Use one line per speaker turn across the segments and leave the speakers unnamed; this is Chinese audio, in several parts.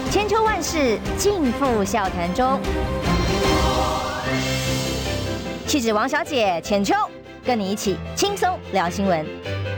千秋万世尽付笑谈中。气质王小姐浅秋，跟你一起轻松聊新闻。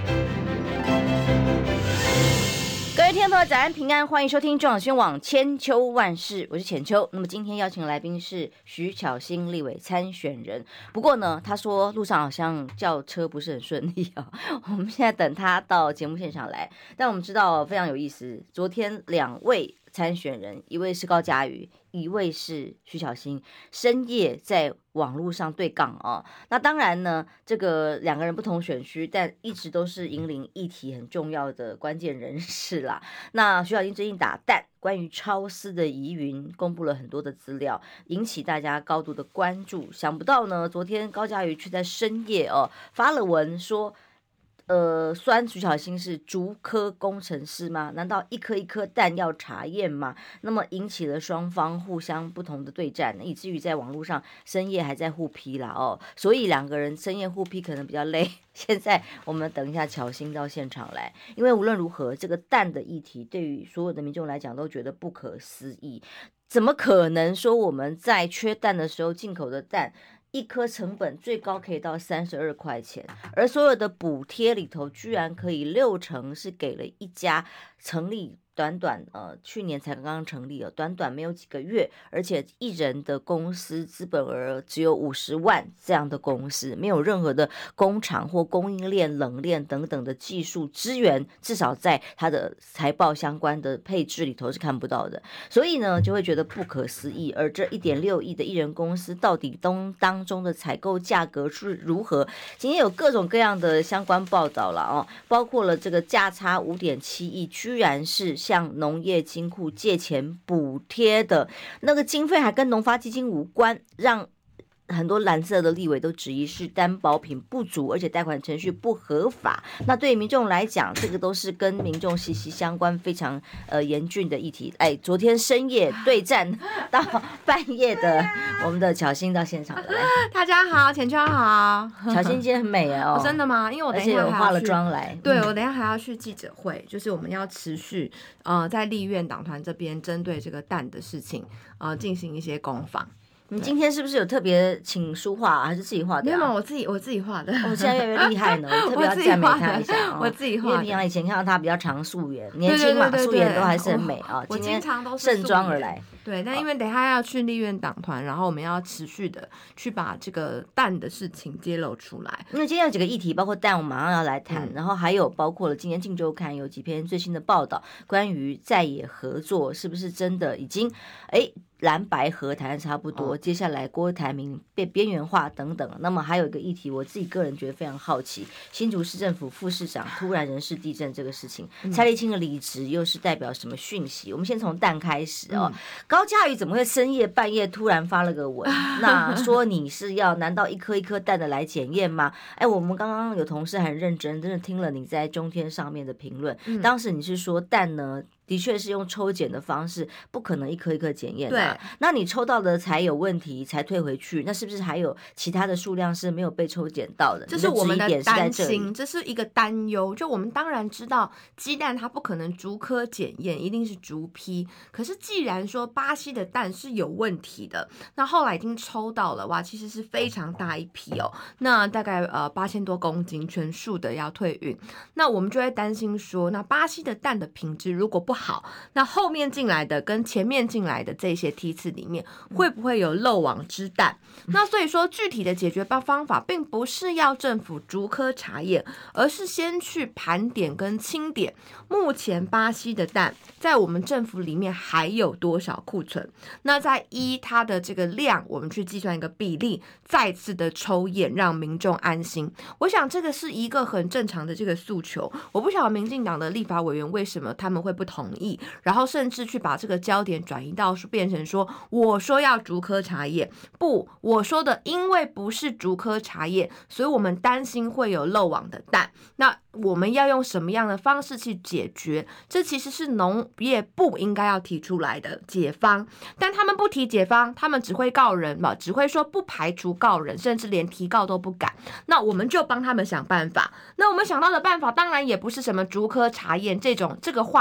各位听众朋友，早安平安，欢迎收听中广宣网千秋万世，我是浅秋。那么今天邀请的来宾是徐巧芯立委参选人，不过呢，他说路上好像叫车不是很顺利啊。我们现在等他到节目现场来，但我们知道非常有意思，昨天2位参选人，一位是高嘉瑜，一位是徐巧芯，深夜在网络上对杠啊。那当然呢，这个2个人不同选区，但一直都是引领议题很重要的关键人士啦。那徐巧芯最近打蛋，关于超私的疑云，公布了很多的资料，引起大家高度的关注。想不到呢，昨天高嘉瑜却在深夜发了文说。酸徐巧芯是竹科工程师吗？难道一颗一颗蛋要查验吗？那么引起了双方互相不同的对战，以至于在网络上深夜还在互批啦所以2个人深夜互批可能比较累。现在我们等一下巧芯到现场来，因为无论如何，这个蛋的议题对于所有的民众来讲都觉得不可思议。怎么可能说我们在缺蛋的时候进口的蛋？1颗成本最高可以到32块钱，而所有的补贴里头居然可以60%是给了一家成立去年才刚刚成立短短没有几个月，而且一人的公司资本额只有50万，这样的公司没有任何的工厂或供应链、冷链等等的技术资源，至少在它的财报相关的配置里头是看不到的，所以呢就会觉得不可思议。而这1.6亿的一人公司到底当中的采购价格是如何？今天有各种各样的相关报道了包括了这个价差5.7亿，居然是向农业金库借钱补贴的那个经费还跟农发基金无关，让很多蓝色的立委都质疑是担保品不足，而且贷款程序不合法。那对于民众来讲，这个都是跟民众息息相关、非常严峻的议题。昨天深夜对战到半夜的，我们的巧芯到现场来。
大家好，浅秋好。
巧芯今天很美
真的吗？因为我等一下
而且有化了妆来。
对，我等一下还要去记者会，就是我们要持续在立院党团这边针对这个蛋的事情进行一些攻防。
你今天是不是有特别请书画还是自己画的？
没有，我自己画的。
现在越来越厉害呢，我特别要赞美他一下
我自己画的。
因为平常以前看到他比较常素颜，年轻嘛，素颜都还是很美
我经常都是
盛装而来。
对，但因为等一下要去立院党团，然后我们要持续的去把这个蛋的事情揭露出来。
因为今天有几个议题，包括蛋，我马上要来谈，然后还有包括了今天《镜周刊》有几篇最新的报道，关于在野合作是不是真的已经蓝白合谈差不多，接下来郭台铭被边缘化等等。那么还有一个议题，我自己个人觉得非常好奇，新竹市政府副市长突然人事地震这个事情，蔡立青的离职又是代表什么讯息？我们先从蛋开始高嘉瑜怎么会深夜半夜突然发了个文？那说你是要难道一颗一颗蛋的来检验吗？我们刚刚有同事很认真的听了你在中天上面的评论，当时你是说蛋呢？的确是用抽检的方式，不可能一颗一颗检验的。那你抽到的才有问题，才退回去，那是不是还有其他的数量是没有被抽检到的？
这是我们的担心，这是一个担忧。就我们当然知道鸡蛋它不可能逐颗检验，一定是逐批。可是既然说巴西的蛋是有问题的，那后来已经抽到了，哇，其实是非常大一批那大概8000多公斤，全数的要退运。那我们就会担心说，那巴西的蛋的品质如果不好，那后面进来的跟前面进来的这些梯次里面会不会有漏网之蛋？那所以说具体的解决方法并不是要政府逐颗查验，而是先去盘点跟清点目前巴西的蛋在我们政府里面还有多少库存，那再依它的这个量我们去计算一个比例，再次的抽验让民众安心。我想这个是一个很正常的这个诉求，我不晓得民进党的立法委员为什么他们会不同意，然后甚至去把这个焦点转移到变成说我说要逐颗查验，不，我说的因为不是逐颗查验，所以我们担心会有漏网的蛋，那我们要用什么样的方式去解决？这其实是农业部应该要提出来的解方，但他们不提解方，他们只会告人嘛，只会说不排除告人，甚至连提告都不敢。那我们就帮他们想办法。那我们想到的办法当然也不是什么逐颗查验这个话，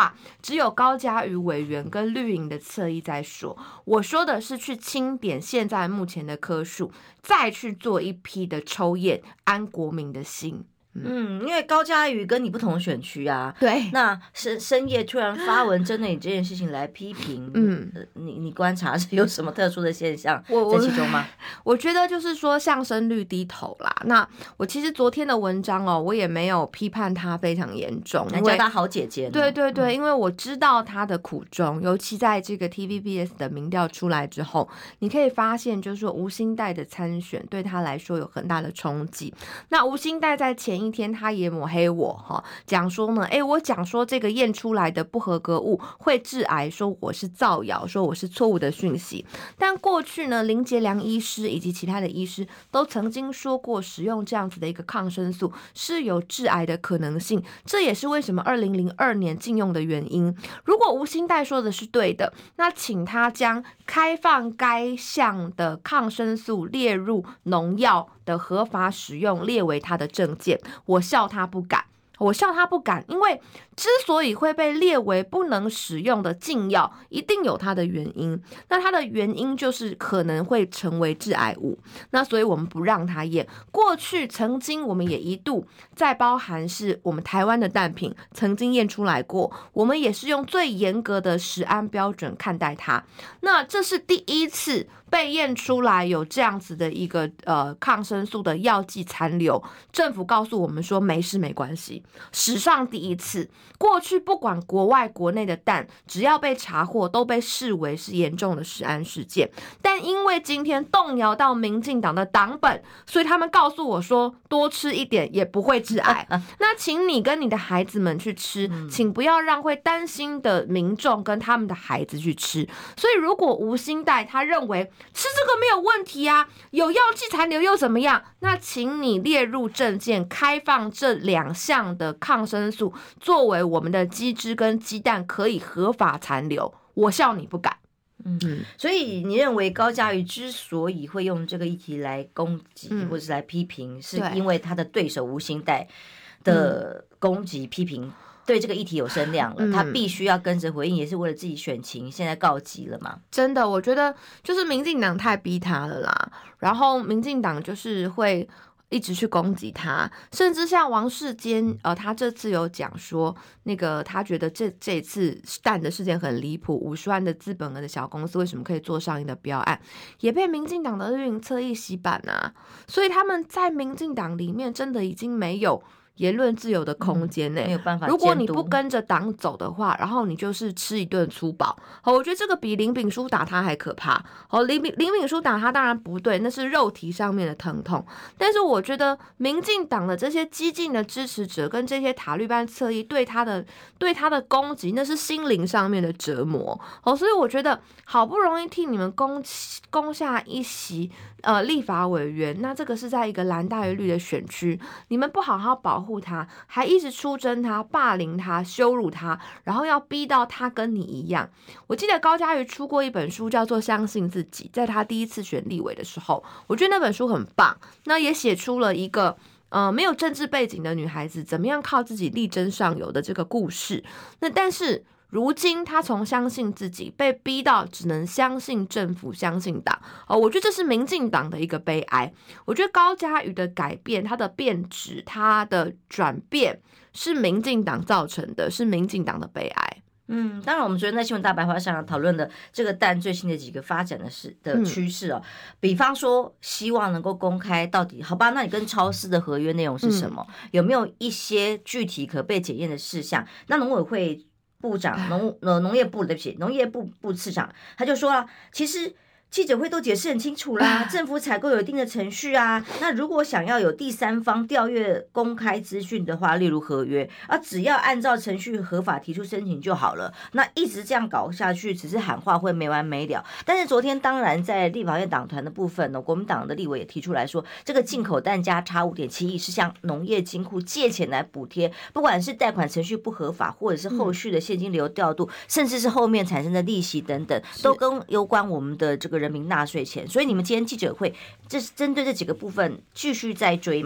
只有高嘉瑜委员跟绿营的侧翼在说，我说的是去清点现在目前的棵树，再去做一批的抽验，安国民的心。
因为高嘉瑜跟你不同选区啊，
对，
那深夜突然发文针对你这件事情来批评，你观察是有什么特殊的现象在其中吗？
我觉得就是说向深绿低头啦。那我其实昨天的文章我也没有批判他非常严重，
你叫他好姐姐呢。
对对对，因为我知道他的苦衷，尤其在这个 TVBS 的民调出来之后，你可以发现就是说吴欣岱的参选对他来说有很大的冲击。那吴欣岱在前一天他也抹黑我讲说呢，我讲说这个验出来的不合格物会致癌，说我是造谣，说我是错误的讯息。但过去呢，林杰良医师以及其他的医师都曾经说过，使用这样子的一个抗生素是有致癌的可能性，这也是为什么2002年禁用的原因。如果吴欣岱说的是对的，那请他将开放该项的抗生素列入农药的合法使用列为他的政见，我笑他不敢。因为之所以会被列为不能使用的禁药，一定有它的原因。那它的原因就是可能会成为致癌物，那所以我们不让它验。过去曾经我们也一度在包含是我们台湾的蛋品曾经验出来过，我们也是用最严格的食安标准看待它。那这是第一次被验出来有这样子的一个抗生素的药剂残留，政府告诉我们说没事没关系，史上第一次。过去不管国外国内的蛋，只要被查获都被视为是严重的食安事件。但因为今天动摇到民进党的党本，所以他们告诉我说多吃一点也不会致癌。那请你跟你的孩子们去吃，请不要让会担心的民众跟他们的孩子去吃。所以如果吴欣岱他认为吃这个没有问题啊，有药剂残留又怎么样？那请你列入政见，开放这2项的抗生素作为我们的鸡汁跟鸡蛋可以合法残留，我笑你不敢。
所以你认为高嘉瑜之所以会用这个议题来攻击或者是来批评，是因为他的对手吴欣岱的攻击批评对这个议题有声量了，他必须要跟着回应，也是为了自己选情，现在告急了嘛？
真的，我觉得就是民进党太逼他了啦，然后民进党就是会一直去攻击他，甚至像王世坚，他这次有讲说，那个他觉得这一次蛋的事件很离谱，50万的资本额的小公司为什么可以做上亿的标案，也被民进党的绿营侧翼洗版啊，所以他们在民进党里面真的已经没有言论自由的空间
没有办法。
如果你不跟着党走的话，然后你就是吃一顿粗饱。我觉得这个比林炳书打他还可怕。林炳书打他当然不对，那是肉体上面的疼痛。但是我觉得民进党的这些激进的支持者跟这些塔利班侧翼对他的攻击，那是心灵上面的折磨。所以我觉得好不容易替你们攻下一席立法委员，那这个是在一个蓝大于绿的选区，你们不好好保护他，还一直出征他、霸凌他、羞辱他，然后要逼到他跟你一样。我记得高嘉瑜出过一本书叫做《相信自己》，在他第一次选立委的时候，我觉得那本书很棒，那也写出了一个没有政治背景的女孩子怎么样靠自己力争上游的这个故事。那但是如今他从相信自己被逼到只能相信政府、相信党，我觉得这是民进党的一个悲哀。我觉得高嘉瑜的改变、他的变质、他的转变是民进党造成的，是民进党的悲哀。
当然我们昨天在新闻大白话上讨论的这个蛋最新的几个发展的趋势比方说希望能够公开到底，好吧，那你跟超市的合约内容是什么？有没有一些具体可被检验的事项？那农委会部长农业部次长他就说了，其实记者会都解释很清楚啦，政府采购有一定的程序啊。那如果想要有第三方调阅公开资讯的话，例如合约只要按照程序合法提出申请就好了。那一直这样搞下去，只是喊话会没完没了。但是昨天当然在立法院党团的部分呢，国民党的立委也提出来说，这个进口蛋价差5.7亿是向农业金库借钱来补贴，不管是贷款程序不合法，或者是后续的现金流调度，甚至是后面产生的利息等等，都跟有关我们的这个人民纳税钱。所以你们今天记者会，这是针对这几个部分继续在追吗？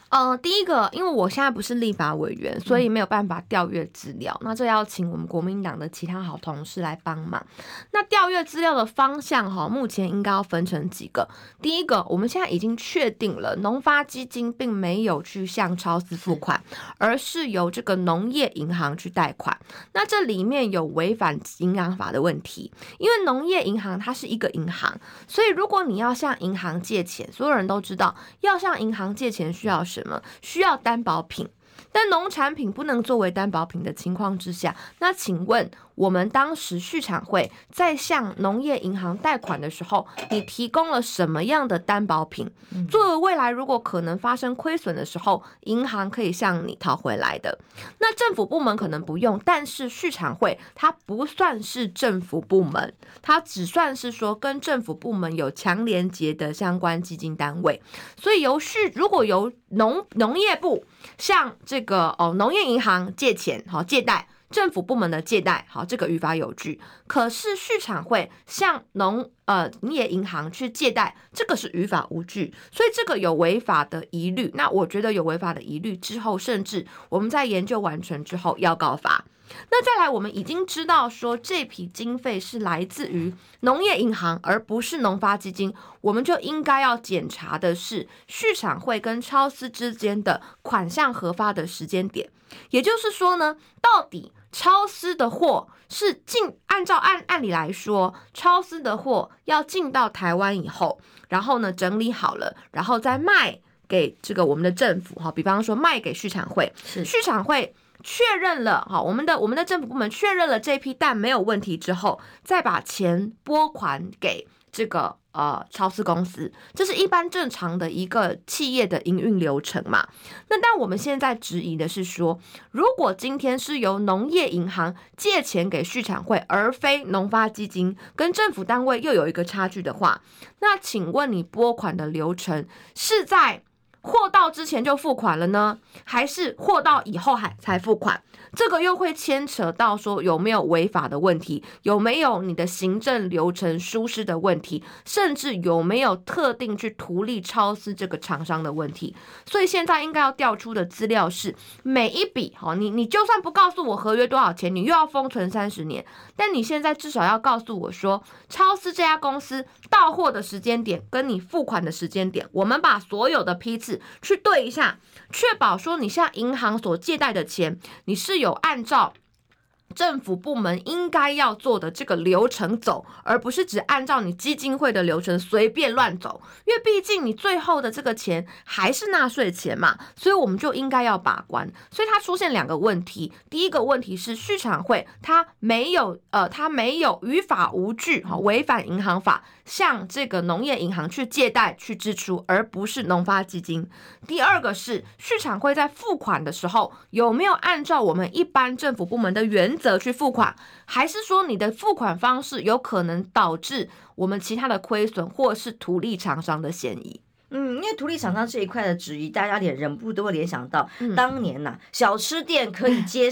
第一个，因为我现在不是立法委员，所以没有办法调阅资料，那这要请我们国民党的其他好同事来帮忙。那调阅资料的方向目前应该要分成几个。第一个，我们现在已经确定了农发基金并没有去向超丝付款，而是由这个农业银行去贷款。那这里面有违反银行法的问题，因为农业银行它是一个银行，所以如果你要向银行借钱，所有人都知道要向银行借钱需要什么？需要担保品。但农产品不能作为担保品的情况之下，那请问我们当时畜产会在向农业银行贷款的时候，你提供了什么样的担保品，作为未来如果可能发生亏损的时候，银行可以向你讨回来的？那政府部门可能不用，但是畜产会它不算是政府部门，它只算是说跟政府部门有强连结的相关基金单位，所以如果由农业部向这个农业银行借钱借贷，政府部门的借贷这个于法有据。可是畜产会向农业银行去借贷，这个是于法无据，所以这个有违法的疑虑。那我觉得有违法的疑虑之后，甚至我们在研究完成之后要告发。那再来，我们已经知道说这笔经费是来自于农业银行，而不是农发基金，我们就应该要检查的是畜产会跟超丝之间的款项核发的时间点。也就是说呢，到底超丝的货是按理来说，超丝的货要进到台湾以后，然后呢整理好了，然后再卖给这个我们的政府比方说卖给畜产会，畜产会确认了我们的政府部门确认了这批蛋没有问题之后，再把钱拨款给这个超丝公司，这是一般正常的一个企业的营运流程嘛。那但我们现在质疑的是说，如果今天是由农业银行借钱给畜产会，而非农发基金，跟政府单位又有一个差距的话，那请问你拨款的流程是在货到之前就付款了呢，还是货到以后才付款？这个又会牵扯到说有没有违法的问题，有没有你的行政流程疏失的问题，甚至有没有特定去图利超丝这个厂商的问题。所以现在应该要调出的资料是每一笔你就算不告诉我合约多少钱，你又要封存30年，但你现在至少要告诉我说超丝这家公司到货的时间点跟你付款的时间点，我们把所有的批次去对一下，确保说你向银行所借贷的钱，你是有按照政府部门应该要做的这个流程走，而不是只按照你基金会的流程随便乱走，因为毕竟你最后的这个钱还是纳税钱嘛，所以我们就应该要把关。所以它出现2个问题，第一个问题是畜产会它没有于法无据，违反银行法，向这个农业银行去借贷去支出，而不是农发基金。第二个是畜产会在付款的时候有没有按照我们一般政府部门的原则去付款，还是说你的付款方式有可能导致我们其他的亏损，或是图利厂商的嫌疑？
因为图利厂商这一块的质疑，大家忍不住都会联想到，当年小吃店可以接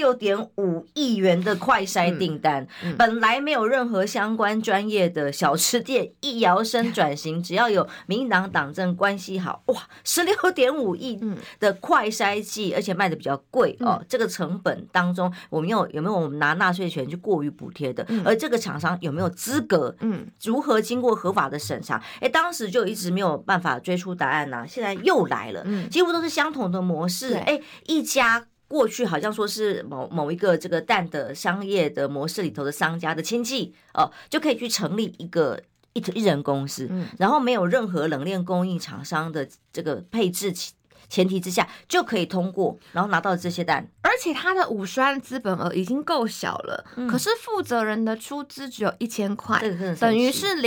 16.5亿元的快筛订单，本来没有任何相关专业的小吃店一摇身转型，只要有民进党党政关系好，哇，16.5亿的快筛剂，而且卖的比较贵这个成本当中，我们有没有我们拿纳税权去过于补贴的？而这个厂商有没有资格？如何经过合法的审查？当时就一直没有办法追出答案现在又来了，几乎都是相同的模式。一家过去好像说是某一个这个蛋的商业的模式里头的商家的亲戚就可以去成立一人公司，然后没有任何冷链供应厂商的这个配置前提之下就可以通过，然后拿到这些蛋，
而且他的50万资本额已经够小了，可是负责人的出资只有1000块，等于是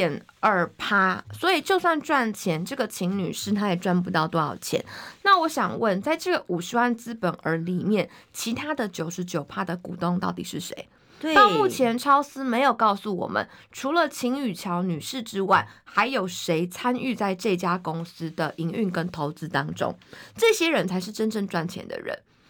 0.2%，所以就算赚钱，这个秦女士她也赚不到多少钱。那我想问，在这个50万资本额里面，其他的99%的股东到底是谁？到目前超丝没有告诉我们，除了秦雨乔女士之外，还有谁参与在这家公司的营运跟投资当中？这些人才是真正赚钱的人。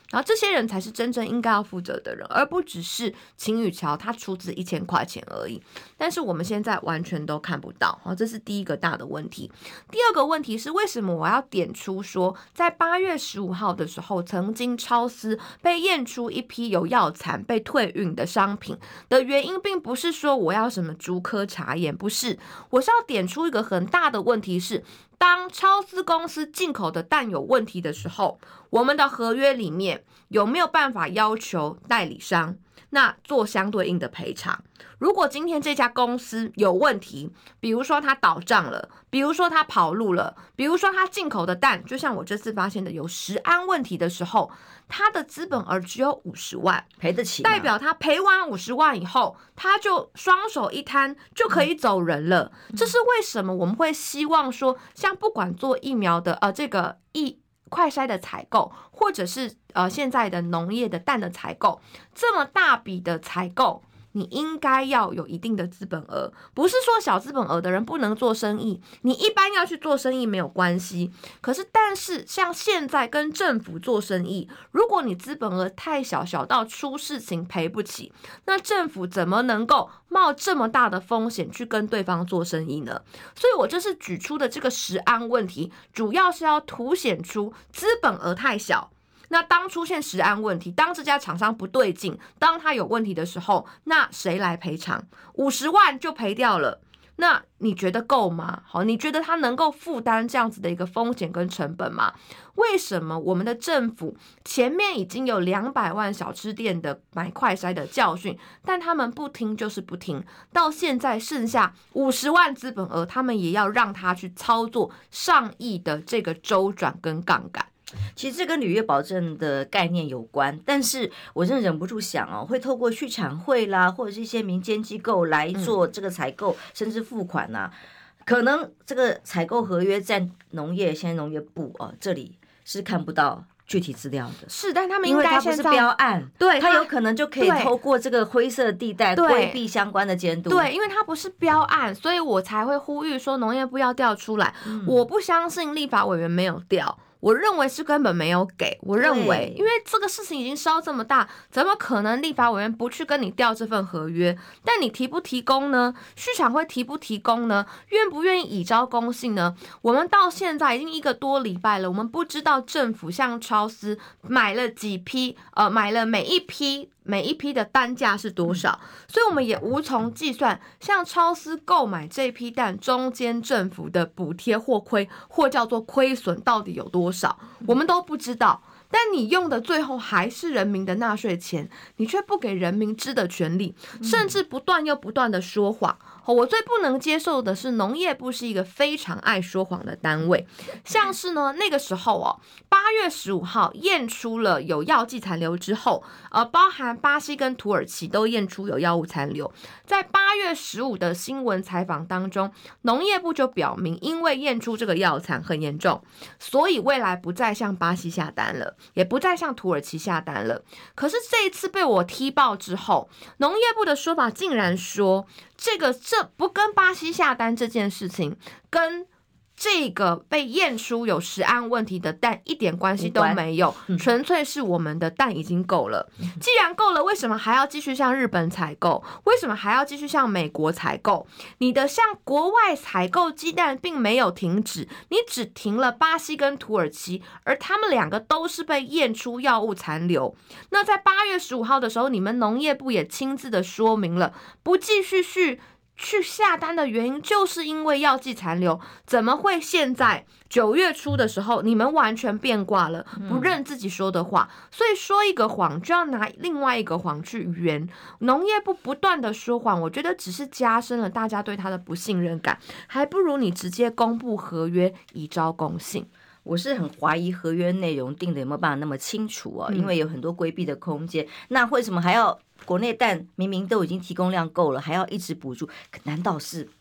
然后这些人才是真正应该要负责的人，而不只是秦宇桥他出资1000块钱而已。但是我们现在完全都看不到，这是第一个大的问题。第二个问题是，为什么我要点出说，在8月15号的时候，曾经超思被验出一批有药残被退运的商品的原因，并不是说我要什么竹科查验，不是，我是要点出一个很大的问题是，当超思公司进口的蛋有问题的时候，我们的合约里面有没有办法要求代理商那做相对应的赔偿？如果今天这家公司有问题，比如说它倒账了，比如说它跑路了，比如说它进口的蛋，就像我这次发现的有食安问题的时候，它的资本额只有50万，
赔得起吗？
代表他赔完50万以后，他就双手一摊就可以走人了。这是为什么我们会希望说，像不管做疫苗的这个快筛的采购，或者是现在的农业的蛋的采购，这么大笔的采购，你应该要有一定的资本额，不是说小资本额的人不能做生意，你一般要去做生意没有关系。可是但是像现在跟政府做生意，如果你资本额太小，小到出事情赔不起，那政府怎么能够冒这么大的风险去跟对方做生意呢？所以我这是举出的这个食安问题，主要是要凸显出资本额太小。那当出现食安问题，当这家厂商不对劲，当他有问题的时候，那谁来赔偿？50万就赔掉了，那你觉得够吗？好，你觉得他能够负担这样子的一个风险跟成本吗？为什么我们的政府前面已经有200万小吃店的买快筛的教训，但他们不听就是不听，到现在剩下50万资本额，他们也要让他去操作上亿的这个周转跟杠杆。
其实这跟履约保证的概念有关，但是我真的忍不住想哦，会透过畜产会啦，或者是一些民间机构来做这个采购，甚至付款啊，可能这个采购合约在现在农业部这里是看不到具体资料的，
是，但他们应该现在
因为它不是标案，
对，
它有可能就可以透过这个灰色地带规避相关的监督。
对，因为它不是标案，所以我才会呼吁说农业部要调出来。我不相信立法委员没有调。我认为是根本没有给，我认为，因为这个事情已经烧这么大，怎么可能立法委员不去跟你调这份合约？但你提不提供呢？畜产会提不提供呢？愿不愿意以招公信呢？我们到现在已经1个多礼拜了，我们不知道政府向超思买了几批，买了每一批的单价是多少，所以我们也无从计算向超思购买这批蛋中间政府的补贴或叫做亏损到底有多少，我们都不知道。但你用的最后还是人民的纳税钱，你却不给人民知的权利，甚至不断的说谎。我最不能接受的是农业部是一个非常爱说谎的单位，像是呢那个时候8月15号验出了有药剂残留之后，包含巴西跟土耳其都验出有药物残留，在8月15的新闻采访当中，农业部就表明，因为验出这个药残很严重，所以未来不再向巴西下单了，也不再向土耳其下单了。可是这一次被我踢爆之后，农业部的说法竟然说，这不跟巴西下单这件事情跟这个被验出有食安问题的蛋一点关系都没有，纯粹是我们的蛋已经够了。既然够了，为什么还要继续向日本采购？为什么还要继续向美国采购？你的向国外采购鸡蛋并没有停止，你只停了巴西跟土耳其，而他们2个都是被验出药物残留。那在8月15号的时候，你们农业部也亲自的说明了，不继续去下单的原因就是因为药剂残留，怎么会现在9月初的时候你们完全变卦了，不认自己说的话，所以说一个谎就要拿另外一个谎去圆。农业部不断的说谎，我觉得只是加深了大家对他的不信任感，还不如你直接公布合约以招公信。
我是很怀疑合约内容定的有没有办法那么清楚因为有很多规避的空间。那为什么还要国内蛋明明都已经提供量够了，还要一直补助？难道是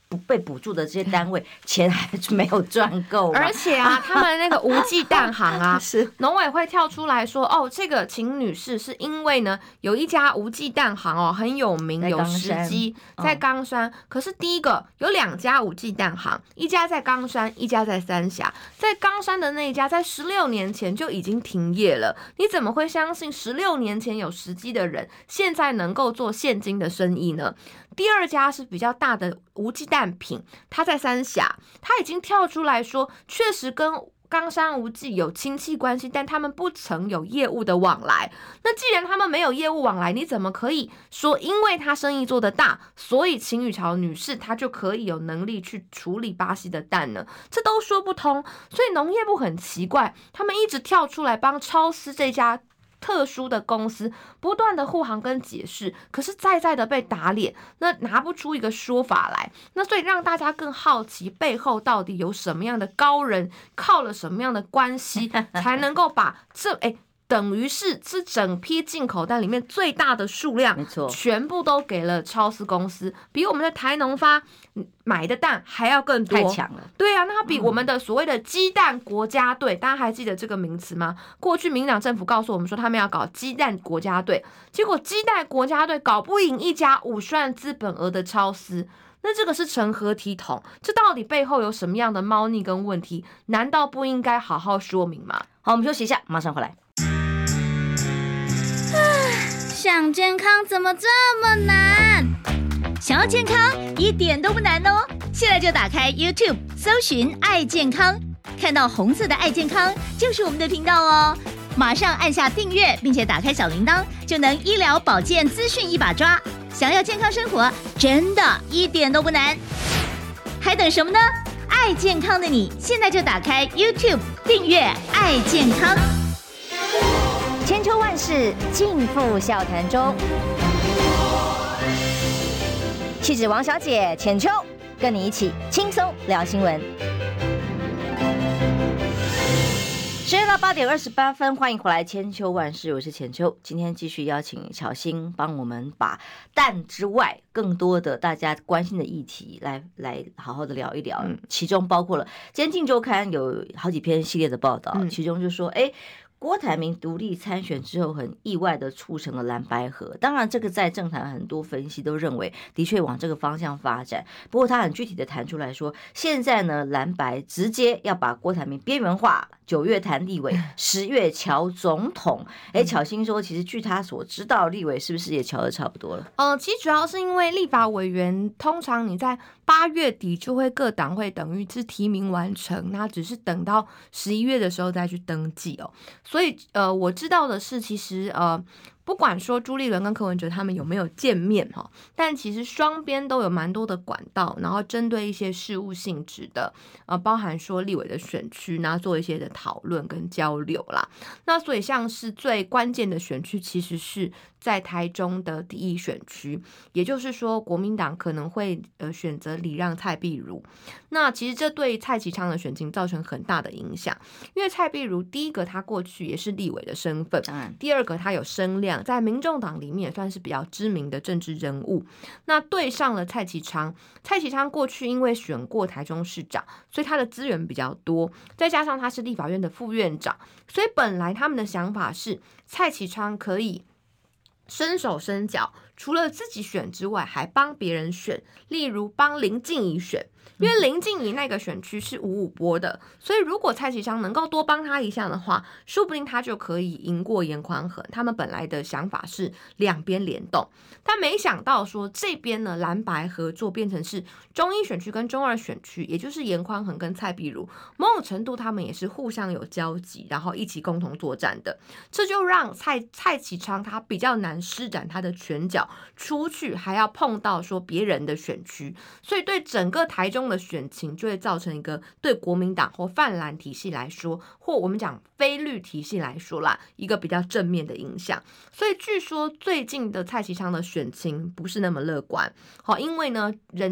被补助的这些单位钱还没有赚够，
而且啊，他们那个无忌蛋行啊，是农委会跳出来说，哦，这个秦女士是因为呢有一家无忌蛋行哦很有名，有时机在冈山，可是第一个有2家无忌蛋行，一家在冈山，一家在三峡，在冈山的那一家在16年前就已经停业了，你怎么会相信16年前有时机的人现在能够做现金的生意呢？第2家是比较大的无忌蛋品，它在三峡，它已经跳出来说，确实跟冈山无忌有亲戚关系，但他们不曾有业务的往来。那既然他们没有业务往来，你怎么可以说因为他生意做得大，所以秦雨乔女士她就可以有能力去处理巴西的蛋呢？这都说不通。所以农业部很奇怪，他们一直跳出来帮超思这家特殊的公司不断的护航跟解释，可是再的被打脸，那拿不出一个说法来，那所以让大家更好奇背后到底有什么样的高人，靠了什么样的关系才能够把等于是整批进口蛋里面最大的数量，
没错，
全部都给了超思公司，比我们的台农发买的蛋还要更多，
太强了。
对啊，那它比我们的所谓的鸡蛋国家队，大家还记得这个名词吗？过去民进党政府告诉我们说他们要搞鸡蛋国家队，结果鸡蛋国家队搞不赢一家50万资本额的超思。那这个是成何体统？这到底背后有什么样的猫腻跟问题？难道不应该好好说明吗？
好，我们休息一下，马上回来。
想健康怎么这么难？想要健康一点都不难哦！现在就打开 YouTube 搜寻爱健康，看到红色的爱健康就是我们的频道哦。马上按下订阅，并且打开小铃铛，就能医疗保健资讯一把抓。想要健康生活，真的一点都不难，还等什么呢？爱健康的你，现在就打开 YouTube 订阅爱健康。
千秋万世尽付笑谈中，气质王小姐浅秋，跟你一起轻松聊新闻。时间到8点28分，欢迎回来千秋万世，我是浅秋。今天继续邀请巧芯帮我们把蛋之外更多的大家关心的议题来好好的聊一聊，其中包括了今天《镜周刊》有好几篇系列的报道，其中就说郭台铭独立参选之后，很意外的促成了蓝白合。当然，这个在政坛很多分析都认为，的确往这个方向发展。不过，他很具体的谈出来说，现在呢，蓝白直接要把郭台铭边缘化，9月谈立委，10月瞧总统。巧芯说，其实据他所知道，立委是不是也瞧得差不多了？
其实主要是因为立法委员通常你在8月底就会各党会等于是提名完成，那只是等到11月的时候再去登记哦。所以我知道的是，其实不管说朱立伦跟柯文哲他们有没有见面哈，但其实双边都有蛮多的管道，然后针对一些事务性质的，包含说立委的选区，然后做一些的讨论跟交流啦。那所以像是最关键的选区，其实是在台中的第1选区，也就是说国民党可能会选择礼让蔡壁如。那其实这对蔡其昌的选情造成很大的影响，因为蔡壁如第一个他过去也是立委的身份，第二个他有声量，在民众党里面也算是比较知名的政治人物。那对上了蔡其昌，蔡其昌过去因为选过台中市长，所以他的资源比较多，再加上他是立法院的副院长，所以本来他们的想法是蔡其昌可以伸手伸脚，除了自己选之外还帮别人选，例如帮林静怡选，因为林静怡那个选区是5-5波的，所以如果蔡其昌能够多帮他一下的话，说不定他就可以赢过严宽恒。他们本来的想法是两边联动，但没想到说这边呢蓝白合作变成是中1选区跟中2选区，也就是严宽恒跟蔡壁如，某种程度他们也是互相有交集，然后一起共同作战的，这就让蔡其昌他比较难施展他的拳脚出去，还要碰到说别人的选区，所以对整个台中的选情就会造成一个对国民党或泛蓝体系来说，或我们讲非绿体系来说啦，一个比较正面的影响。所以据说最近的蔡其昌的选情不是那么乐观，因为呢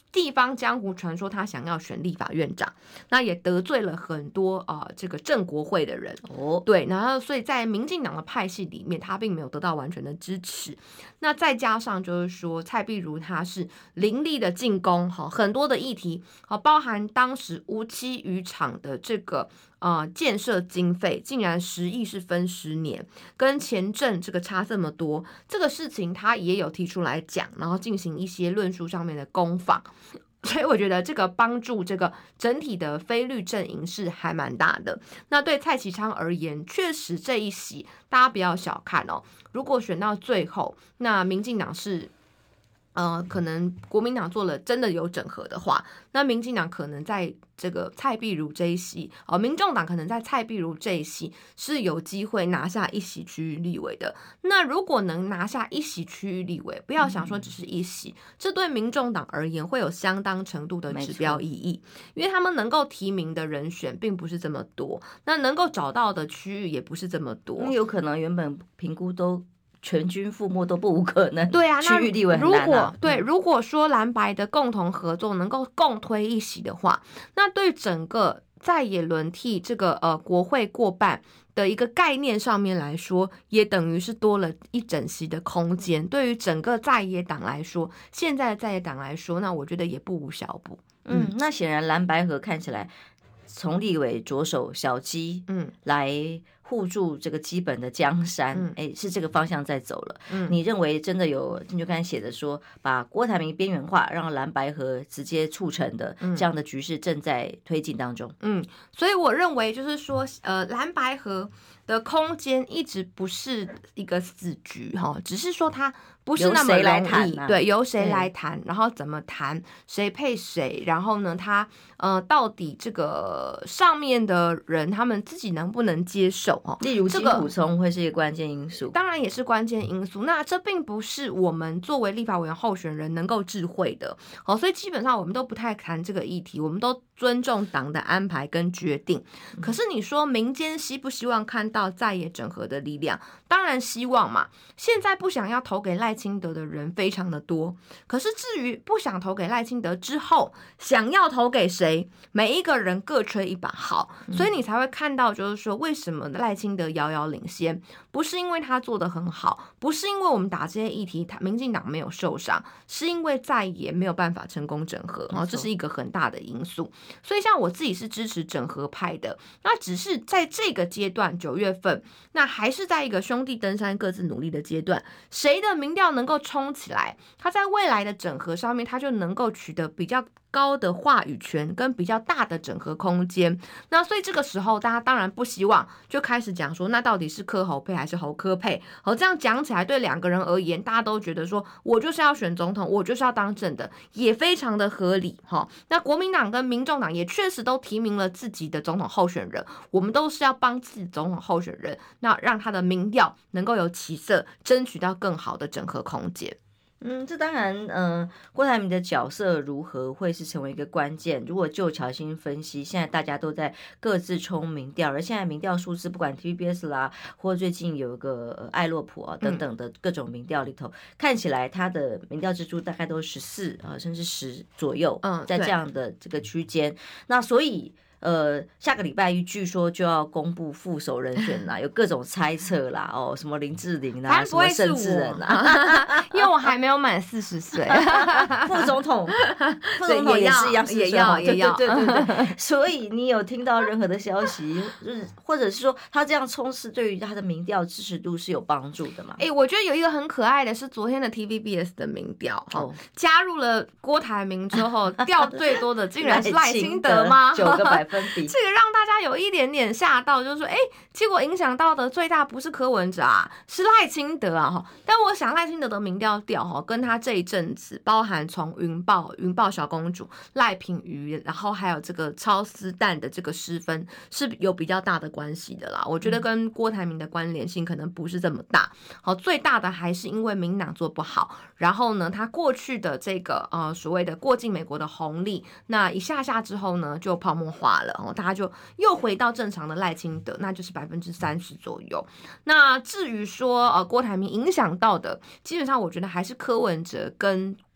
地方江湖传说他想要选立法院长，那也得罪了很多这个正国会的人对，然后所以在民进党的派系里面，他并没有得到完全的支持。那再加上就是说，蔡壁如他是凌厉的进攻很多的议题包含当时无期渔场的这个建设经费竟然10亿是分10年，跟前阵这个差这么多，这个事情他也有提出来讲，然后进行一些论述上面的攻防。所以我觉得这个帮助这个整体的非绿阵营是还蛮大的。那对蔡其昌而言，确实这一席大家不要小看如果选到最后，那民进党是可能国民党做了真的有整合的话，那民进党可能在这个蔡壁如这一席民众党可能在蔡壁如这一席是有机会拿下1席区域立委的。那如果能拿下1席区域立委，不要想说只是1席，这对民众党而言会有相当程度的指标意义，因为他们能够提名的人选并不是这么多，那能够找到的区域也不是这么多，
有可能原本评估都全军覆没都不无可能。
对啊，
区域立委很难
如果说蓝白的共同合作能够共推1席的话，那对整个在野轮替这个国会过半的一个概念上面来说，也等于是多了1整席的空间。对于整个在野党来说，现在的在野党来说，那我觉得也不无小补。
那显然蓝白合看起来从立委着手小鸡来护住这个基本的江山是这个方向在走了。你认为真的有就刚才写的说把郭台铭边缘化，让蓝白合直接促成的这样的局势正在推进当中。
所以我认为就是说蓝白合的空间一直不是一个死局只是说它不是那么容易，对，由谁来谈，然后怎么谈，谁配谁，然后呢，他到底这个上面的人他们自己能不能接受
例如金溥聪会是一个关键因素，
当然也是关键因素。那这并不是我们作为立法委员候选人能够智慧的所以基本上我们都不太谈这个议题，我们都尊重党的安排跟决定。可是你说民间希不希望看到在野整合的力量？当然希望嘛。现在不想要投给赖清德的人非常的多，可是至于不想投给赖清德之后想要投给谁，每一个人各吹一把好，所以你才会看到就是说为什么赖清德遥遥领先，不是因为他做得很好，不是因为我们打这些议题民进党没有受伤，是因为在野没有办法成功整合这是一个很大的因素。所以像我自己是支持整合派的，那只是在这个阶段9月份，那还是在一个兄弟登山各自努力的阶段，谁的民调能够冲起来，他在未来的整合上面他就能够取得比较高的话语权跟比较大的整合空间。那所以这个时候大家当然不希望就开始讲说那到底是柯侯配还是侯柯配这样讲起来对2个人而言大家都觉得说我就是要选总统，我就是要当正的，也非常的合理那国民党跟民众党也确实都提名了自己的总统候选人，我们都是要帮自己总统候选人，那让他的民调能够有起色，争取到更好的整合空间。
这当然，郭台铭的角色如何会是成为一个关键。如果就乔欣分析，现在大家都在各自冲民调，而现在民调数字，不管 TVBS 啦，或最近有一个爱洛普等等的各种民调里头，看起来他的民调支出大概都14甚至10左右，在这样的这个区间。那所以。下个礼拜一据说就要公布副手人选啦，有各种猜测啦，什么林志玲啦，什么盛智人啦，
因为我还没有满40岁，
副总统也是一样，
也要，
对。所以你有听到任何的消息，或者是说他这样冲刺对于他的民调支持度是有帮助的吗？
我觉得有一个很可爱的是昨天的 TVBS 的民调，加入了郭台铭之后，调最多的竟然是赖清德吗
？9个百分比。
这个让大家有一点点吓到，就是说结果影响到的最大不是柯文哲是赖清德但我想赖清德的民调跟他这一阵子包含从云豹小公主、赖品妤，然后还有这个超丝蛋的这个失分是有比较大的关系的啦。我觉得跟郭台铭的关联性可能不是这么大，最大的还是因为民党做不好，然后呢他过去的这个所谓的过境美国的红利，那一下之后呢就泡沫化了，大家就又回到正常的赖清德，那就是30%左右。那至于说郭台铭影响到的，基本上我觉得还是柯文哲跟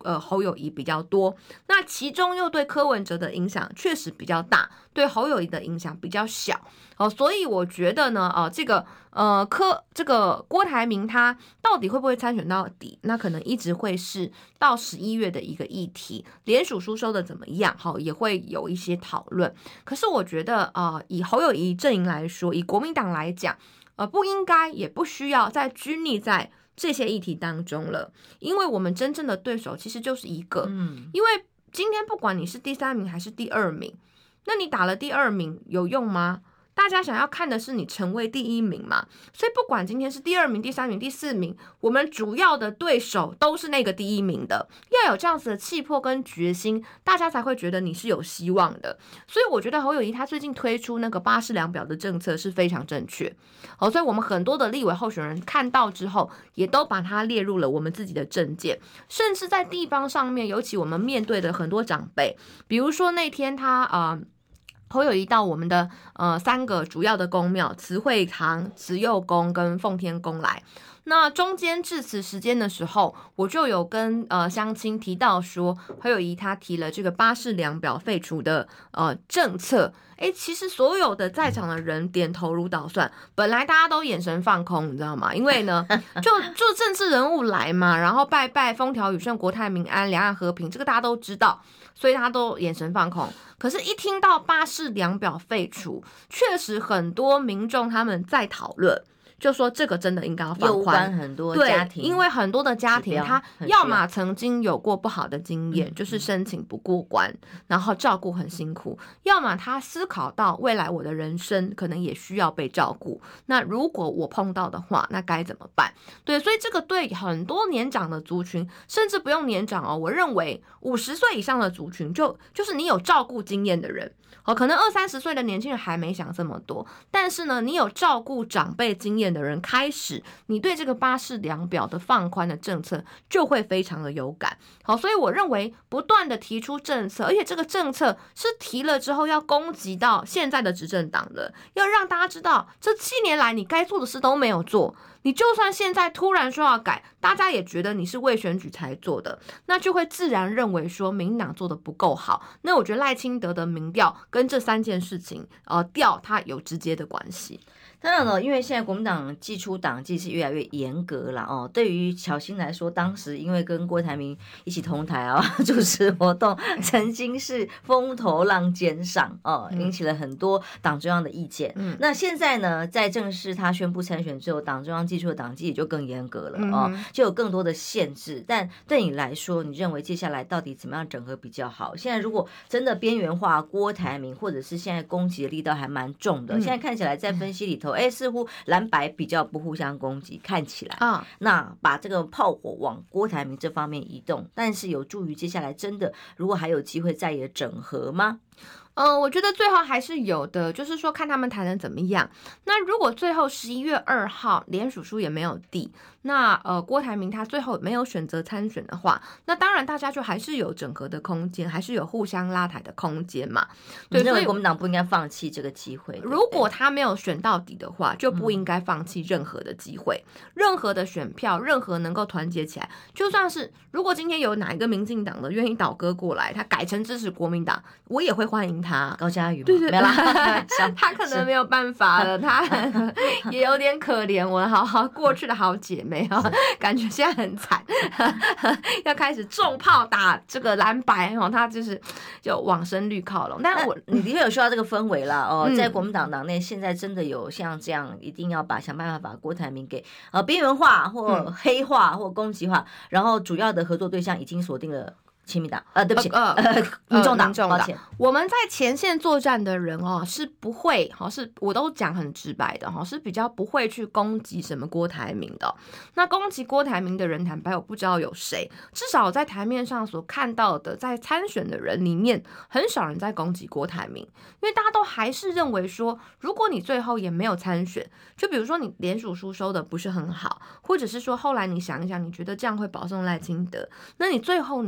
侯友宜比较多，那其中又对柯文哲的影响确实比较大，对侯友宜的影响比较小。所以我觉得呢，这个郭台铭他到底会不会参选到底，那可能一直会是到11月的一个议题，联署书收的怎么样，也会有一些讨论。可是我觉得以侯友宜阵营来说，以国民党来讲，不应该也不需要再拘泥在这些议题当中了，因为我们真正的对手其实就是一个，因为今天不管你是第3名还是第2名，那你打了第2名有用吗？大家想要看的是你成为第1名嘛，所以不管今天是第2名、第3名、第4名，我们主要的对手都是那个第1名的，要有这样子的气魄跟决心，大家才会觉得你是有希望的。所以我觉得侯友宜他最近推出那个巴氏量表的政策是非常正确，所以我们很多的立委候选人看到之后，也都把它列入了我们自己的政见，甚至在地方上面，尤其我们面对的很多长辈，比如说那天他侯友宜到我们的3个主要的宫庙慈惠堂、慈幼宫跟奉天宫来，那中间致辞时间的时候，我就有跟乡亲提到说，侯友宜他提了这个巴氏量表废除的政策。其实所有的在场的人点头如捣蒜，本来大家都眼神放空，你知道吗？因为呢，就政治人物来嘛，然后拜拜风调雨顺、国泰民安、两岸和平，这个大家都知道，所以他都眼神放空。可是，一听到巴氏量表废除，确实很多民众他们在讨论。就说这个真的应该要放宽，
很多家庭，
对，因为很多的家庭他要么曾经有过不好的经验，就是申请不过关，然后照顾很辛苦，要么他思考到未来我的人生可能也需要被照顾，那如果我碰到的话，那该怎么办？对，所以这个对很多年长的族群，甚至不用年长我认为50岁以上的族群，就是你有照顾经验的人。可能20-30岁的年轻人还没想这么多，但是呢，你有照顾长辈经验的人开始，你对这个巴氏量表的放宽的政策就会非常的有感。所以我认为不断的提出政策，而且这个政策是提了之后要攻击到现在的执政党的，要让大家知道这7年来你该做的事都没有做，你就算现在突然说要改，大家也觉得你是为选举才做的，那就会自然认为说民进党做的不够好。那我觉得赖清德的民调跟这3件事情调它有直接的关系。
当然了，因为现在国民党祭出党纪是越来越严格了对于巧芯来说，当时因为跟郭台铭一起同台主持活动，曾经是风头浪尖上引起了很多党中央的意见。那现在呢，在正式他宣布参选之后，党中央祭出的党纪也就更严格了就有更多的限制。但对你来说，你认为接下来到底怎么样整合比较好？现在如果真的边缘化郭台铭，或者是现在攻击的力道还蛮重的，现在看起来在分析里头似乎蓝白比较不互相攻击，看起来那把这个炮火往郭台铭这方面移动，但是有助于接下来真的如果还有机会再也整合吗？
我觉得最后还是有的，就是说看他们谈得怎么样。那如果最后11月2号联署书也没有递，那郭台铭他最后没有选择参选的话，那当然大家就还是有整合的空间，还是有互相拉抬的空间嘛。
对，所以国民党不应该放弃这个机会。
如果他没有选到底的话，就不应该放弃任何的机会，任何的选票，任何能够团结起来。就算是如果今天有哪一个民进党的愿意倒戈过来，他改成支持国民党，我也会欢迎他。
高嘉瑜吗？
对对，
没啦
他可能没有办法了，他也有点可怜。我过去的好姐妹感觉现在很惨，要开始重炮打这个蓝白他就往生绿靠拢。但
你的确有需要这个氛围啦在国民党党内现在真的有像这样，一定要想办法把郭台铭给边缘化或黑化或攻击化，然后主要的合作对象已经锁定了亲民党对不起民众党，抱歉。
我们在前线作战的人是不会是我都讲很直白的是比较不会去攻击什么郭台铭的。那攻击郭台铭的人，坦白我不知道有谁，至少在台面上所看到的，在参选的人里面，很少人在攻击郭台铭，因为大家都还是认为说，如果你最后也没有参选，就比如说你联署书收的不是很好，或者是说后来你想一想，你觉得这样会保送赖清德，那你最后你就没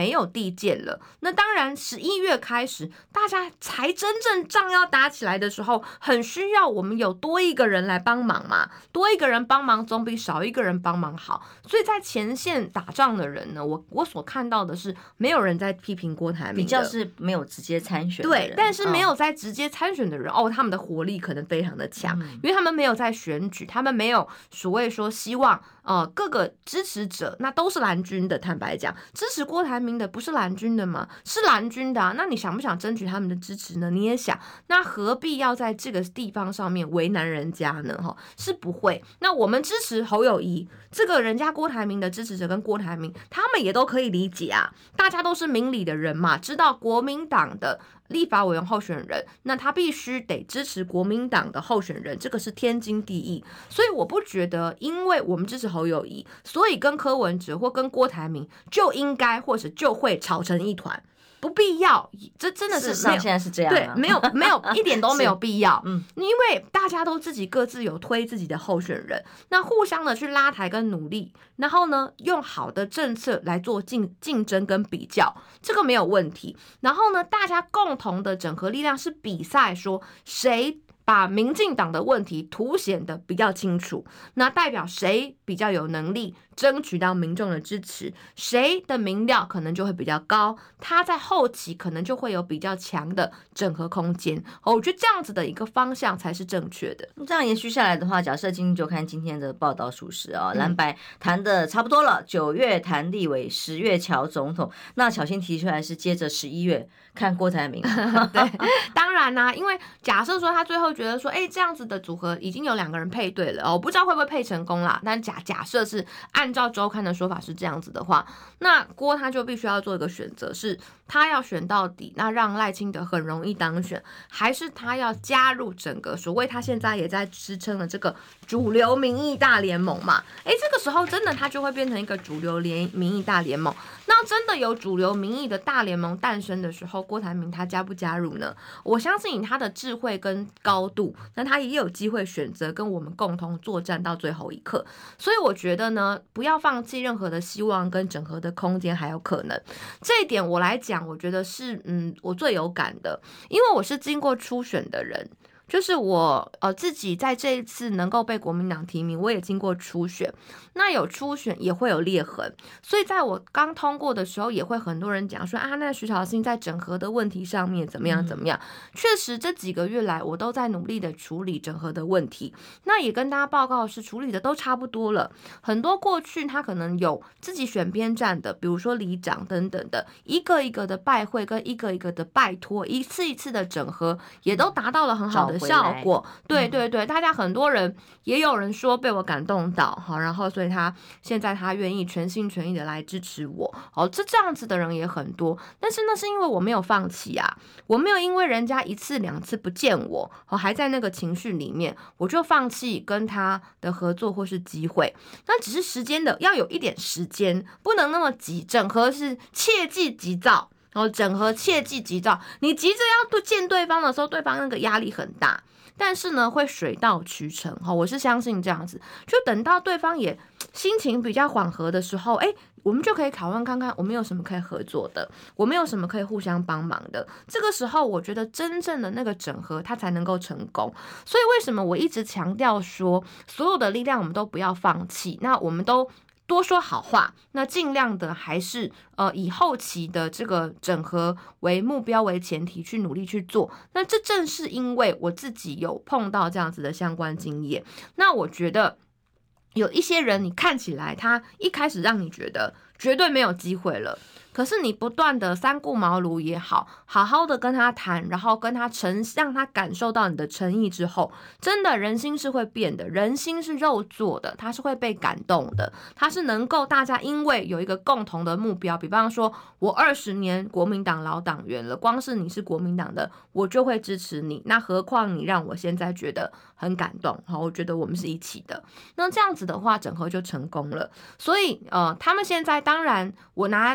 没有地界了。那当然11月开始，大家才真正仗要打起来的时候，很需要我们有多一个人来帮忙嘛，多一个人帮忙总比少一个人帮忙好。所以在前线打仗的人呢，我所看到的是没有人在批评郭台铭的，
比较是没有直接参选的人，
对，但是没有在直接参选的人，他们的活力可能非常的强，因为他们没有在选举，他们没有所谓说希望各个支持者那都是蓝军的，坦白讲，支持郭台铭的不是蓝军的吗？是蓝军的啊，那你想不想争取他们的支持呢？你也想，那何必要在这个地方上面为难人家呢？是不会。那我们支持侯友宜，这个人家郭台铭的支持者跟郭台铭，他们也都可以理解啊，大家都是明理的人嘛，知道国民党的立法委员候选人，那他必须得支持国民党的候选人，这个是天经地义。所以我不觉得因为我们支持侯友宜，所以跟柯文哲或跟郭台铭就应该或者就会吵成一团，不必要。这真的是
事实上现在是这样
对，没有一点都没有必要。因为大家都自己各自有推自己的候选人，那互相的去拉抬跟努力，然后呢用好的政策来做竞争跟比较，这个没有问题。然后呢大家共同的整合力量是比赛，说谁把民进党的问题凸显的比较清楚，那代表谁比较有能力争取到民众的支持，谁的民调可能就会比较高，他在后期可能就会有比较强的整合空间。我觉得这样子的一个方向才是正确的。
这样延续下来的话，假设今天就看今天的报道属实蓝白谈的差不多了，9月谈立委，10月瞧总统，那巧心提出来是接着11月看郭台铭。
对，当然啦，因为假设说他最后觉得说，这样子的组合已经有2个人配对了，我不知道会不会配成功啦，但假设是按照周刊的说法是这样子的话，那郭他就必须要做一个选择，是他要选到底，那让赖清德很容易当选，还是他要加入整个所谓他现在也在支撑的这个主流民意大联盟嘛？这个时候真的他就会变成一个主流民意大联盟。那真的有主流民意的大联盟诞生的时候，郭台铭他加不加入呢？我相信以他的智慧跟高度，那他也有机会选择跟我们共同作战到最后一刻。所以我觉得呢，不要放弃任何的希望跟整合的空间还有可能。这一点我来讲，我觉得是我最有感的，因为我是经过初选的人。就是我自己在这一次能够被国民党提名，我也经过初选，那有初选也会有裂痕，所以在我刚通过的时候，也会很多人讲说那徐巧芯在整合的问题上面怎么样怎么样。确实这几个月来我都在努力的处理整合的问题，那也跟大家报告是处理的都差不多了。很多过去他可能有自己选边站的，比如说里长等等的，一个一个的拜会跟一个一个的拜托，一次一次的整合，也都达到了很好的效果。对对对，大家很多人也有人说被我感动到，然后所以他现在他愿意全心全意的来支持我，这样子的人也很多。但是那是因为我没有放弃啊，我没有因为人家1次2次不见我，还在那个情绪里面，我就放弃跟他的合作或是机会。那只是时间的，要有一点时间，不能那么急。整合是切忌急躁。整合切忌急躁，你急着要见对方的时候，对方那个压力很大，但是呢会水到渠成，我是相信这样子。就等到对方也心情比较缓和的时候，我们就可以讨论看看我们有什么可以合作的，我们有什么可以互相帮忙的。这个时候我觉得真正的那个整合它才能够成功。所以为什么我一直强调说所有的力量我们都不要放弃，那我们都多说好话，那尽量的还是以后期的这个整合为目标为前提去努力去做。那这正是因为我自己有碰到这样子的相关经验。那我觉得有一些人你看起来他一开始让你觉得绝对没有机会了，可是你不断的三顾茅庐也好，好好的跟他谈，然后跟他让他感受到你的诚意之后，真的人心是会变的，人心是肉做的，他是会被感动的，他是能够大家因为有一个共同的目标，比方说我20年国民党老党员了，光是你是国民党的，我就会支持你，那何况你让我现在觉得很感动，我觉得我们是一起的，那这样子的话整合就成功了。所以他们现在当然我拿立法委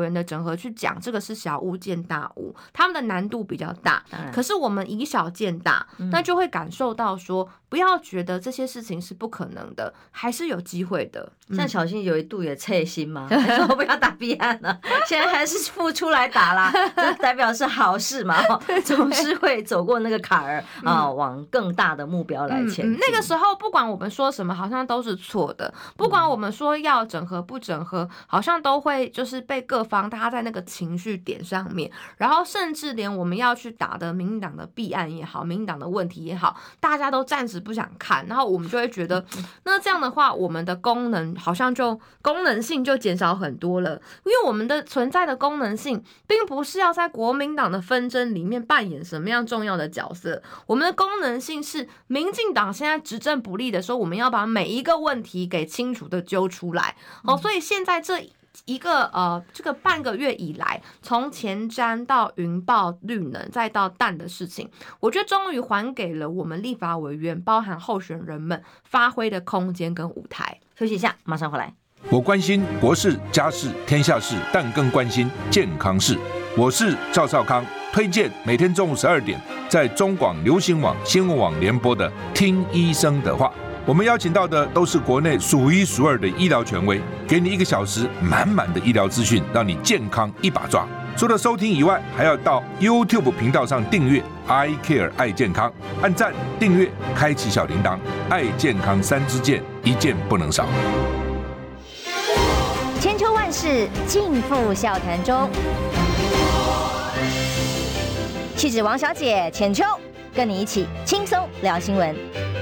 委员的整合去讲，这个是小巫见大巫，他们的难度比较大。可是我们以小见大，那就会感受到说，不要觉得这些事情是不可能的，还是有机会的。
像小新有一度也切心嘛，说我不要打弊案了，现在还是付出来打啦，这代表是好事嘛，总是会走过那个坎儿啊，往更大的目标来前进。
那个时候不管我们说什么，好像都是错的；不管我们说要整合不整合，好像都会就是被各方大家在那个情绪点上面，然后甚至连我们要去打的民进党的弊案也好，民进党的问题也好，大家都暂时不想看，然后我们就会觉得，那这样的话，我们的功能好像就功能性就减少很多了，因为我们的存在的功能性，并不是要在国民党的纷争里面扮演什么样重要的角色，我们的功能性是民进党现在执政不利的时候，我们要把每一个问题给清楚的揪出来。所以现在这个半个月以来，从前瞻到云豹绿能再到蛋的事情，我觉得终于还给了我们立法委员包含候选人们发挥的空间跟舞台。
休息一下，马上回来。
我关心国事、家事、天下事，但更关心健康事。我是赵少康，推荐每天中午12点在中广流行网、新闻网联播的《听医生的话》。我们邀请到的都是国内数一数二的医疗权威，给你1个小时满满的医疗资讯，让你健康一把抓。除了收听以外，还要到 YouTube 频道上订阅 I Care 爱健康，按赞、订阅、开启小铃铛，爱健康3支箭，一件不能少。
千秋万世尽付笑谈中，气质王小姐浅秋，跟你一起轻松聊新闻。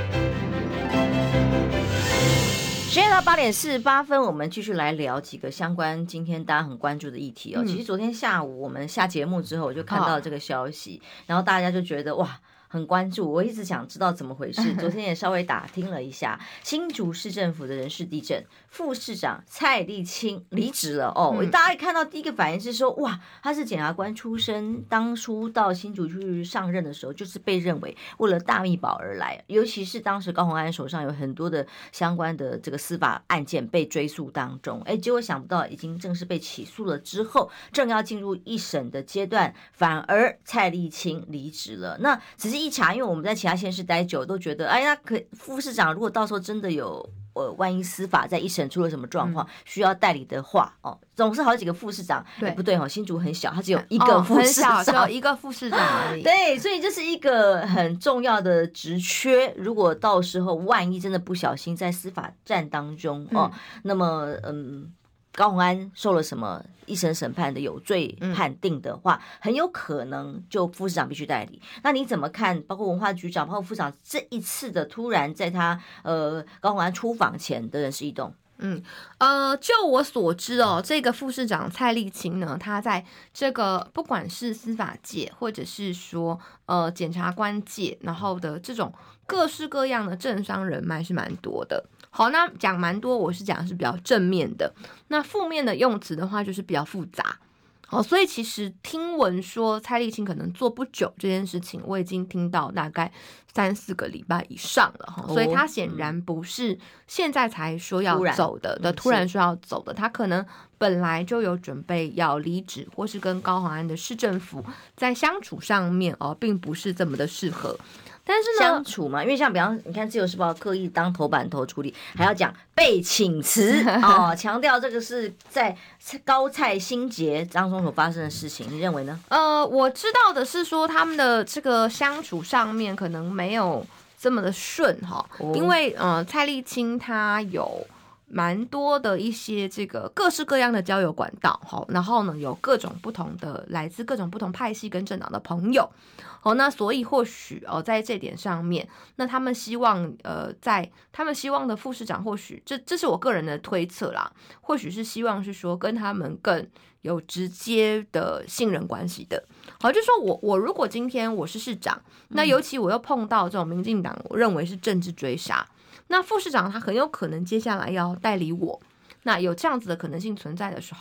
时间到8点48分，我们继续来聊几个相关今天大家很关注的议题哦。其实昨天下午我们下节目之后，我就看到这个消息，然后大家就觉得哇，很关注，我一直想知道怎么回事。昨天也稍微打听了一下，新竹市政府的人事地震，副市长蔡立青离职了哦。大家一看到第一个反应是说，哇，他是检察官出身，当初到新竹去上任的时候，就是被认为为了大秘宝而来，尤其是当时高虹安手上有很多的相关的这个司法案件被追诉当中，结果想不到已经正式被起诉了之后，正要进入一审的阶段，反而蔡立青离职了。那只是一查，因为我们在其他县市待久，都觉得，那副市长如果到时候真的有万一司法在一审出了什么状况，需要代理的话，总是好几个副市长。对，不对新竹很小，他只有一个副市长，
只有一个副市长而已。
对，所以这是一个很重要的职缺。如果到时候万一真的不小心在司法战当中那么高虹安受了什么一审审判的有罪判定的话，很有可能就副市长必须代理。那你怎么看？包括文化局长，包括副市长这一次的突然在他高虹安出访前的人事异动？
就我所知这个副市长蔡立青呢，他在这个不管是司法界或者是说检察官界，然后的这种各式各样的政商人脉是蛮多的。好，那讲蛮多，我是讲是比较正面的，那负面的用词的话就是比较复杂。所以其实听闻说蔡立青可能做不久这件事情，我已经听到大概3-4个礼拜以上了所以他显然不是现在才说要走的，突然说要走的，他可能本来就有准备要离职，或是跟高虹安的市政府在相处上面并不是这么的适合。但是呢，
相处嘛，因为像比方你看《自由时报》刻意当头版头处理，还要讲被请辞强调这个是在高蔡新节当中所发生的事情，你认为呢？
我知道的是说他们的这个相处上面可能没有这么的顺因为蔡立青他有蛮多的一些这个各式各样的交友管道然后呢有各种不同的来自各种不同派系跟政党的朋友那所以或许在这点上面，那他们希望在他们希望的副市长，或许这是我个人的推测啦，或许是希望是说跟他们更有直接的信任关系的。好，就是说我如果今天我是市长，那尤其我又碰到这种民进党我认为是政治追杀，那副市长他很有可能接下来要代理我，那有这样子的可能性存在的时候，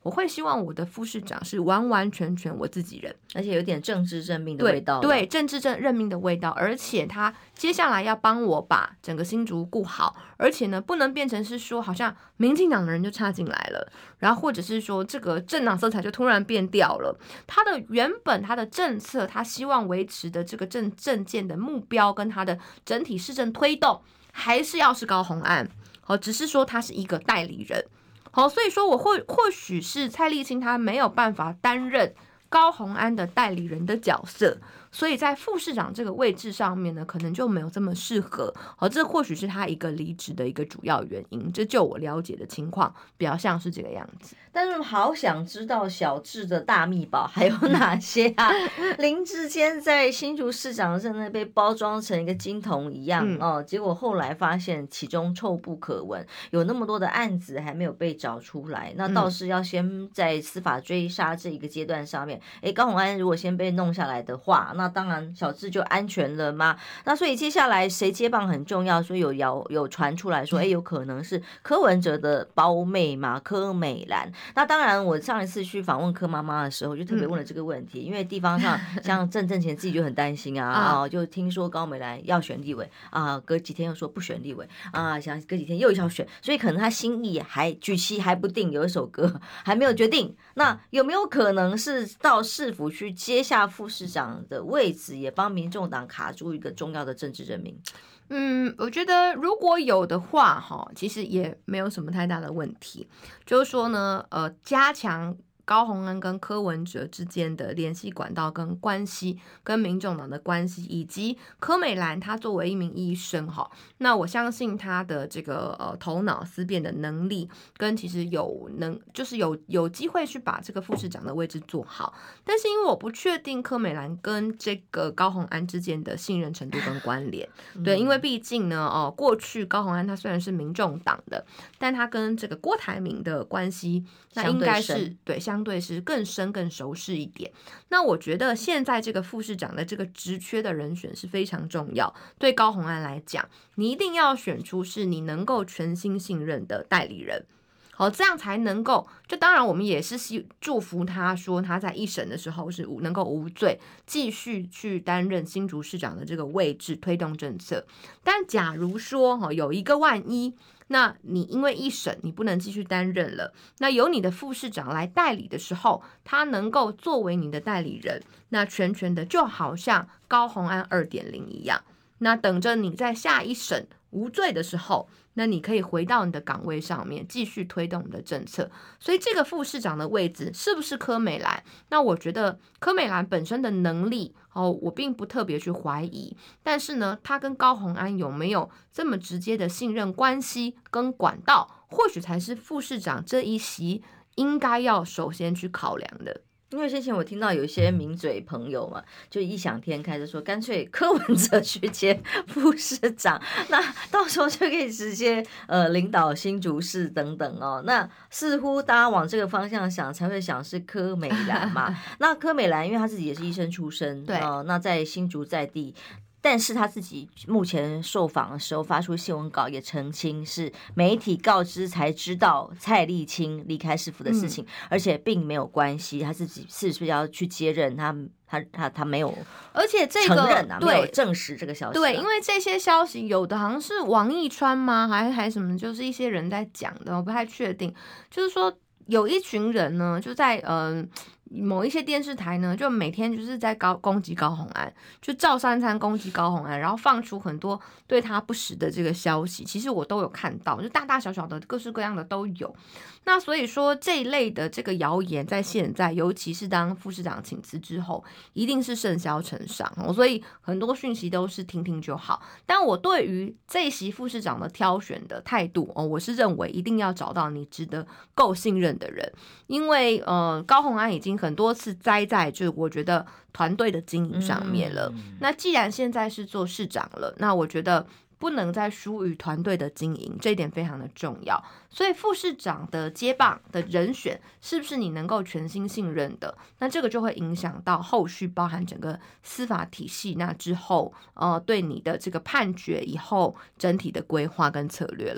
我会希望我的副市长是完完全全我自己人，
而且有点政治任命的味道。
对，政治任命的味道，而且他接下来要帮我把整个新竹顾好，而且呢，不能变成是说好像民进党的人就插进来了，然后或者是说这个政党色彩就突然变掉了。他的原本他的政策，他希望维持的这个政见的目标跟他的整体施政推动，还是要是高虹安，只是说他是一个代理人。好，所以说我或许是蔡丽青她没有办法担任高虹安的代理人的角色，所以在副市长这个位置上面呢，可能就没有这么适合。这或许是他一个离职的一个主要原因。这就我了解的情况，比较像是这个样子。
但是好想知道小智的大秘宝还有哪些啊？林智坚在新竹市长任内被包装成一个金童一样结果后来发现其中臭不可闻，有那么多的案子还没有被找出来。那倒是要先在司法追杀这一个阶段上面，高虹安如果先被弄下来的话，那当然小智就安全了吗？那所以接下来谁接棒很重要，所以有传出来说，有可能是柯文哲的胞妹嘛，柯美兰。那当然，我上一次去访问柯妈妈的时候，就特别问了这个问题，因为地方上像郑正前自己就很担心就听说高美兰要选立委隔几天又说不选立委想隔几天又要选，所以可能他心意还举棋还不定，有一首歌还没有决定。那有没有可能是到市府去接下副市长的位置，也帮民众党卡住一个重要的政治任命？
我觉得如果有的话其实也没有什么太大的问题。就是说呢，加强高虹安跟柯文哲之间的联系管道跟关系，跟民众党的关系，以及柯美兰她作为一名医生那我相信她的这个头脑思辨的能力，跟其实就是有机会去把这个副市长的位置做好。但是因为我不确定柯美兰跟这个高虹安之间的信任程度跟关联对，因为毕竟呢过去高虹安他虽然是民众党的，但他跟这个郭台铭的关系那应该是对相对是更深更熟识一点。那我觉得现在这个副市长的这个职缺的人选是非常重要，对高虹安来讲，你一定要选出是你能够全心信任的代理人。这样才能够，就当然我们也是祝福他说他在一审的时候是能够无罪，继续去担任新竹市长的这个位置，推动政策。但假如说有一个万一，那你因为一审你不能继续担任了，那由你的副市长来代理的时候，他能够作为你的代理人，那全的就好像高虹安 2.0 一样，那等着你在下一审无罪的时候，那你可以回到你的岗位上面继续推动你的政策。所以这个副市长的位置是不是柯美兰，那我觉得柯美兰本身的能力我并不特别去怀疑，但是呢他跟高虹安有没有这么直接的信任关系跟管道，或许才是副市长这一席应该要首先去考量的。
因为先前我听到有一些名嘴朋友嘛，就异想天开的说，干脆柯文哲去接副市长，那到时候就可以直接领导新竹市等等那似乎大家往这个方向想，才会想是柯美兰嘛。那柯美兰因为她自己也是医生出身，对那在新竹在地。但是他自己目前受访的时候发出新闻稿也澄清，是媒体告知才知道蔡丽青离开市府的事情，而且并没有关系，他自己是不是要去接任，他没有，
而且这个
承认没有证实这个消息
对，因为这些消息有的好像是王义川吗，还什么，就是一些人在讲的，我不太确定。就是说有一群人呢，就在某一些电视台呢，就每天就是在攻击高虹安，就照三餐攻击高虹安，然后放出很多对他不实的这个消息，其实我都有看到，就大大小小的各式各样的都有。那所以说这一类的这个谣言在现在，尤其是当副市长请辞之后，一定是甚嚣尘上，所以很多讯息都是听听就好。但我对于这一席副市长的挑选的态度我是认为一定要找到你值得够信任的人，因为高虹安已经很多次栽在就是我觉得团队的经营上面了。那既然现在是做市长了，那我觉得不能再疏于团队的经营，这一点非常的重要。所以副市长的接棒的人选是不是你能够全心信任的，那这个就会影响到后续包含整个司法体系，那之后对你的这个判决以后整体的规划跟策略了。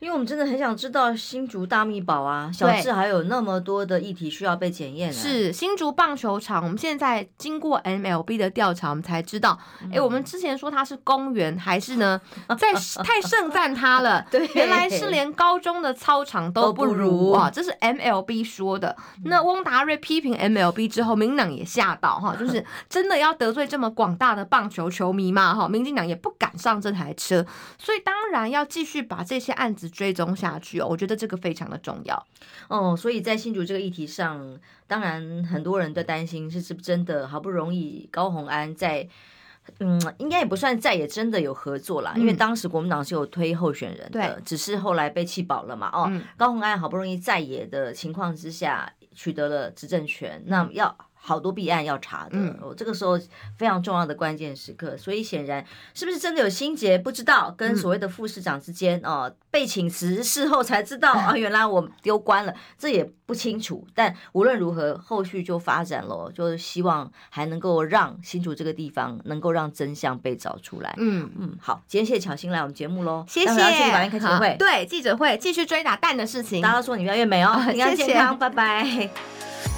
因为我们真的很想知道新竹大秘宝啊，小智还有那么多的议题需要被检验。
是新竹棒球场，我们现在经过 MLB 的调查，我们才知道，我们之前说它是公园，还是呢，太盛赞它了。
对，
原来是连高中的操场都不如啊，这是 MLB 说的。那翁达瑞批评 MLB 之后，民党也吓到哈，就是真的要得罪这么广大的棒球球迷嘛哈，民进党也不敢上这台车，所以当然要继续把这些案子追踪下去哦，我觉得这个非常的重要
哦。所以在新竹这个议题上，当然很多人都担心是不是真的好不容易高虹安在应该也不算再也真的有合作啦，因为当时国民党是有推候选人的，只是后来被弃保了嘛。高虹安好不容易在野的情况之下取得了执政权，那要好多弊案要查的，这个时候非常重要的关键时刻，所以显然是不是真的有心结不知道，跟所谓的副市长之间被请辞，事后才知道原来我丢官了，这也不清楚。但无论如何，后续就发展了，就希望还能够让新竹这个地方能够让真相被找出来。好，今天谢谢巧芯来我们节目喽，
谢谢。
去法院开记者会，
对，记者会继续追打蛋的事情。
大家说你越来越美哦，平安健康，拜拜。